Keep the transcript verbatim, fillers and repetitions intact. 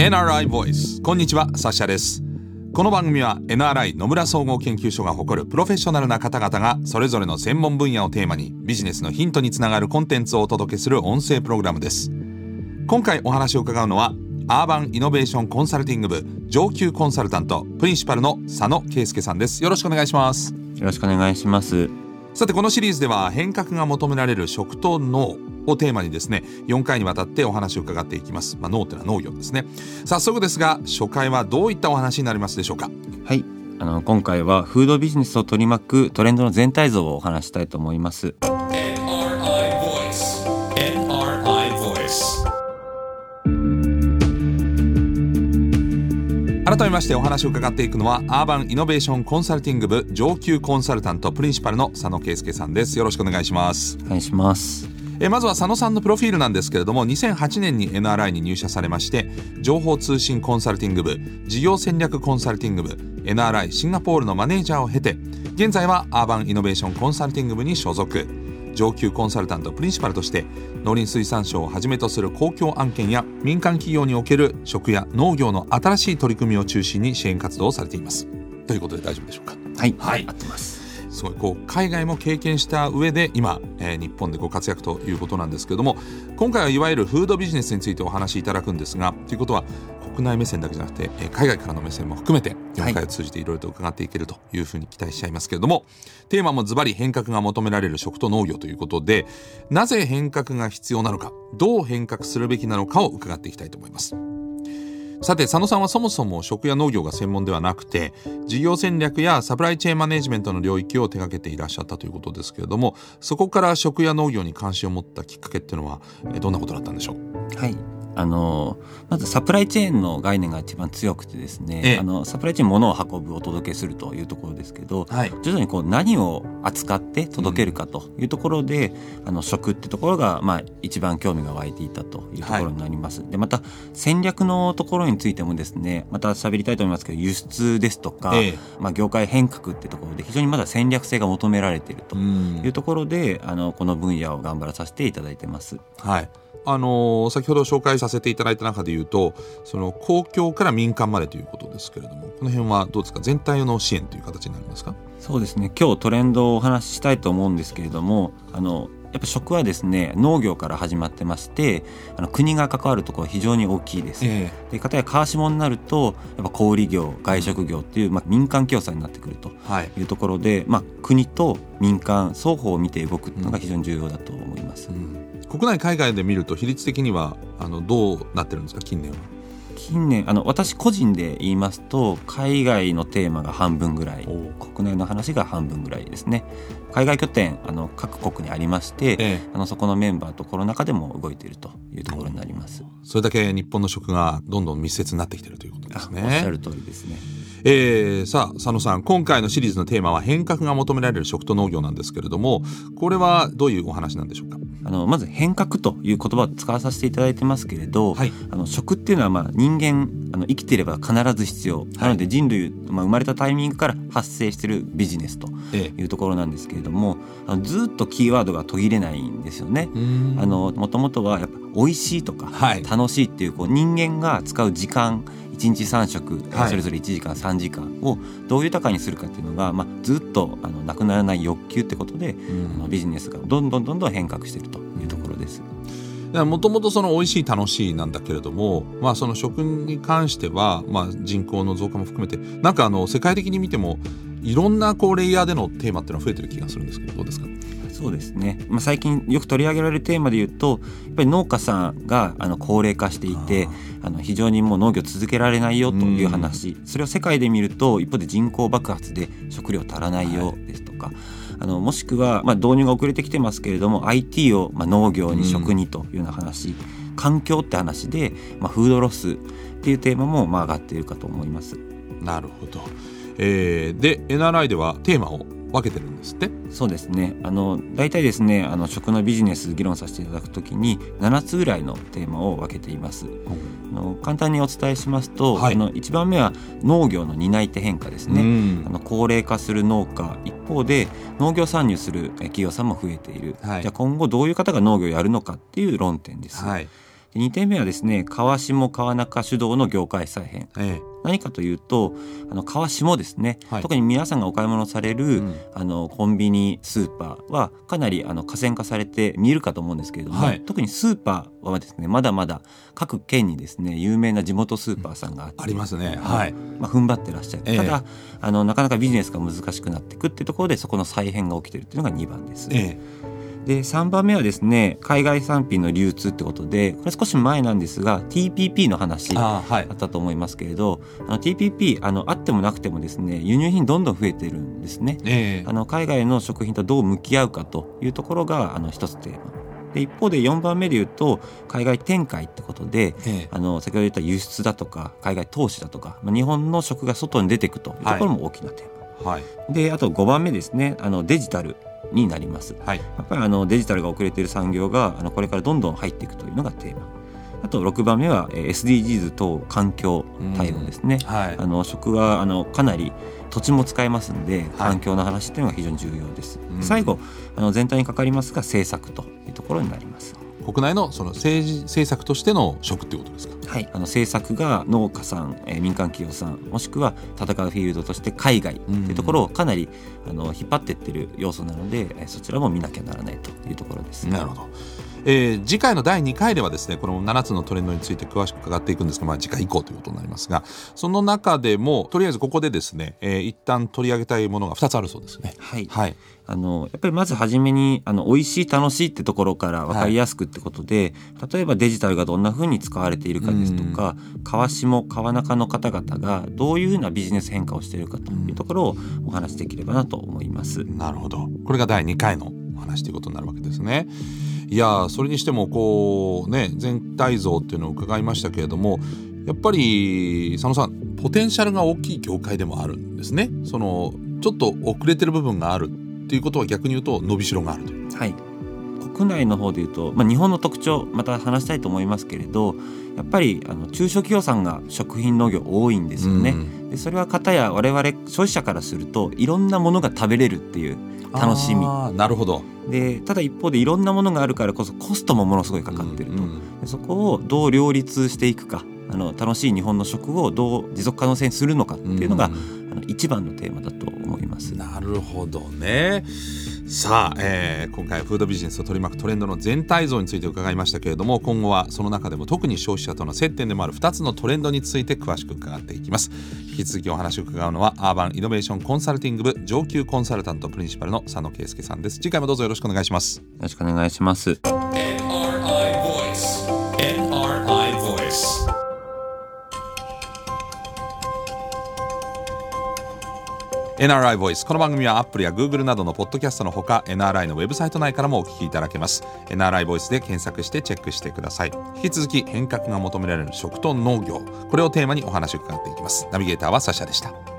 エヌアールアイ Voice。 こんにちは、サッシャです。この番組は エヌアールアイ 野村総合研究所が誇るプロフェッショナルな方々がそれぞれの専門分野をテーマにビジネスのヒントにつながるコンテンツをお届けする音声プログラムです。今回お話を伺うのはアーバンイノベーションコンサルティング部上級コンサルタントプリンシパルの佐野圭介さんです。よろしくお願いします。 よろしくお願いします。 さて、このシリーズでは変革が求められる食と脳をテーマにですね、よんかいにわたってお話を伺っていきます。まあ、脳というのは農業ですね。早速ですが、初回はどういったお話になりますでしょうか。 はい、あの今回はフードビジネスを取り巻くトレンドの全体像をお話したいと思います。 エヌアールアイ Voice。 エヌアールアイ Voice。 改めましてお話を伺っていくのはアーバンイノベーションコンサルティング部上級コンサルタントプリンシパルの佐野圭介さんです。よろしくお願いします。 お願いします。 えまずは佐野さんのプロフィールなんですけれども、にせんはちねんに エヌアールアイ に入社されまして、情報通信コンサルティング部、事業戦略コンサルティング部、 エヌアールアイ シンガポールのマネージャーを経て、現在はアーバンイノベーションコンサルティング部に所属。上級コンサルタントプリンシパルとして農林水産省をはじめとする公共案件や民間企業における食や農業の新しい取り組みを中心に支援活動をされていますということで大丈夫でしょうか。 はい、はい、合ってます。 すごいこう海外も経験した上で今、えー、日本でご活躍ということなんですけれども、今回はいわゆるフードビジネスについてお話しいただくんですが、ということは国内目線だけじゃなくて、えー、海外からの目線も含めてよんかいを通じていろいろと伺っていけるというふうに期待しちゃいますけれども、テーマもズバリ変革が求められる食と農業ということで、なぜ変革が必要なのか、どう変革するべきなのかを伺っていきたいと思います。さて、佐野さんはそもそも食や農業が専門ではなくて、事業戦略やサプライチェーンマネジメントの領域を手掛けていらっしゃったということですけれども、そこから食や農業に関心を持ったきっかけっていうのはどんなことだったんでしょう。 はい、あのまずサプライチェーンの概念が一番強くてですね、ええ、あのサプライチェーン、物を運ぶ、お届けするというところですけど、はい、徐々にこう何を扱って届けるかというところで、うん、あの食ってところが、まあ、一番興味が湧いていたというところになります、はい、でまた戦略のところについてもですね、また喋りたいと思いますけど、輸出ですとか、ええ、まあ、業界変革ってところで非常にまだ戦略性が求められているというところで、うん、あのこの分野を頑張らさせていただいてます。 はい、あのー、先ほど紹介させていただいた中でいうと、その公共から民間までということですけれども、この辺はどうですか。全体の支援という形になりますか。 そうですね、今日トレンドをお話ししたいと思うんですけれども、あのやっぱ食はですね、農業から始まってまして、あの国が関わるところは非常に大きいです、えー、で片や川下になるとやっぱ小売業、外食業っていう、まあ、民間共済になってくるというところで、はい、まあ、国と民間双方を見て動くのが非常に重要だと思います、うん、 国内海外で見ると比率的にはあのどうなってるんですか、近年は。 近年あの私個人で言いますと、海外のテーマが半分ぐらい、国内の話が半分ぐらいですね。海外拠点あの各国にありまして、ええ、あのそこのメンバーとコロナ禍でも動いているというところになります。 それだけ日本の食がどんどん密接になってきているということですね。 おっしゃる通りですね。 えー、さあ佐野さん、今回のシリーズのテーマは変革が求められる食と農業なんですけれども、これはどういうお話なんでしょうか。 あのまず変革という言葉を使わさせていただいてますけれど、はい、あの食っていうのはまあ人間あの生きていれば必ず必要、はい、なので人類、まあ、生まれたタイミングから発生しているビジネスというところなんですけれども、ええ、あのずっとキーワードが途切れないんですよね。あのもともとはやっぱ美味しいとか、はい、楽しいっていう、こう人間が使う時間、いちにちさん食、はい、それぞれいちじかんさんじかんをどう豊かにするかっていうのが、まあ、ずっとあのなくならない欲求ってことで、あのビジネスがどんどんどんどん変革しているというところです。 もともとその美味しい楽しいなんだけれども、まあ、その食に関しては、まあ、人口の増加も含めてなんかあの世界的に見てもいろんなこうレイヤーでのテーマっていうのは増えてる気がするんですけど、どうですか。 そうですね、まあ、最近よく取り上げられるテーマでいうと、やっぱり農家さんがあの高齢化していて、あの非常にもう農業続けられないよという話、それを世界で見ると一方で人口爆発で食料足らないよですとか、はい、あのもしくは、まあ、導入が遅れてきてますけれども アイティー を、まあ、農業に食にというような話、環境って話で、まあ、フードロスっていうテーマも、まあ、上がっているかと思います。 なるほど、えー、で エヌアールアイ ではテーマを分けてるんですって。 そうですね、あの大体ですね、あの食のビジネス議論させていただくときにななつぐらいのテーマを分けています、うん、あの簡単にお伝えしますと、はい、あのいちばんめは農業の担い手変化ですね、うん、あの高齢化する農家、一方で農業参入する企業さんも増えている、はい、じゃあ今後どういう方が農業をやるのかっていう論点です、はい、 にてんめはですね、川下川中主導の業界再編、ええ、何かというとあの川下ですね、はい、特に皆さんがお買い物される、うん、あのコンビニスーパーはかなりあの河川化されて見えるかと思うんですけれども、はい、特にスーパーはですねまだまだ各県にですね有名な地元スーパーさんがあって、うん、 ありますね、はい、 まあ、踏ん張ってらっしゃる、ええ、ただあのなかなかビジネスが難しくなっていくっていうところでそこの再編が起きているっていうのがにばんです、ええ。でさんばんめはですね、海外産品の流通ってことで、これ少し前なんですが ティーピーピー の話あったと思いますけれど、あ、はい、あの ティーピーピー あのあってもなくてもですね輸入品どんどん増えてるんですね、えー、あの海外の食品とどう向き合うかというところがあの一つテーマで、一方でよんばんめで言うと海外展開ってことで、えー、あの先ほど言った輸出だとか海外投資だとか、まあ、日本の食が外に出ていくというところも大きなテーマ、はいはい、であとごばんめですね、あのデジタルになります、はい、やっぱりあのデジタルが遅れている産業があのこれからどんどん入っていくというのがテーマ。あとろくばんめは エスディージーズ 等環境対応ですね、はい、あの食はあのかなり土地も使えますので環境の話というのが非常に重要です、はい、最後あの全体にかかりますが政策というところになります。 国内のその政治政策としての食っていうことですか。 はい、あの政策が農家さん、えー、民間企業さんもしくは戦うフィールドとして海外というところをかなりあの引っ張っていってる要素なので、えー、そちらも見なきゃならないというところです。 なるほど。えー、次回のだいにかいではですね、このななつのトレンドについて詳しく伺っていくんですが、まあ、次回以降ということになりますが、その中でもとりあえずここでですね、えー、一旦取り上げたいものがふたつあるそうですね。 はい、はい、あのやっぱりまず初めにあの美味しい楽しいってところから分かりやすくってことで、はい、例えばデジタルがどんな風に使われているかですとか、川下川中の方々がどういう風なビジネス変化をしているかというところをお話しできればなと思います。 なるほど。これがだいにかいのお話ということになるわけですね。いやそれにしてもこうね全体像っていうのを伺いましたけれども、やっぱり佐野さんポテンシャルが大きい業界でもあるんですね。そのちょっと遅れてる部分があるっていうことは逆に言うと伸びしろがあるという。 はい、国内の方でいうと、まあ、日本の特徴また話したいと思いますけれど、やっぱりあの中小企業さんが食品農業多いんですよね、うん、でそれは方や我々消費者からするといろんなものが食べれるっていう楽しみ。 あ、なるほど。 でただ一方でいろんなものがあるからこそコストもものすごいかかってると、うんうん、でそこをどう両立していくか、あの楽しい日本の食をどう持続可能性にするのかっていうのが、うん、あの一番のテーマだと思います。 なるほどね。さあ、えー、今回はフードビジネスを取り巻くトレンドの全体像について伺いましたけれども、今後はその中でも特に消費者との接点でもあるふたつのトレンドについて詳しく伺っていきます。引き続きお話を伺うのはアーバンイノベーションコンサルティング部上級コンサルタントプリンシパルの佐野圭介さんです。次回もどうぞよろしくお願いします。 よろしくお願いします。 エヌアールアイ Voice エヌアールアイ Voice エヌアールアイ Voice。 この番組は Apple や Google などのポッドキャストのほか エヌアールアイ のウェブサイト内からもお聞きいただけます。 エヌアールアイ Voice で検索してチェックしてください。引き続き変革が求められる食と農業、これをテーマにお話を伺っていきます。ナビゲーターはサシャでした。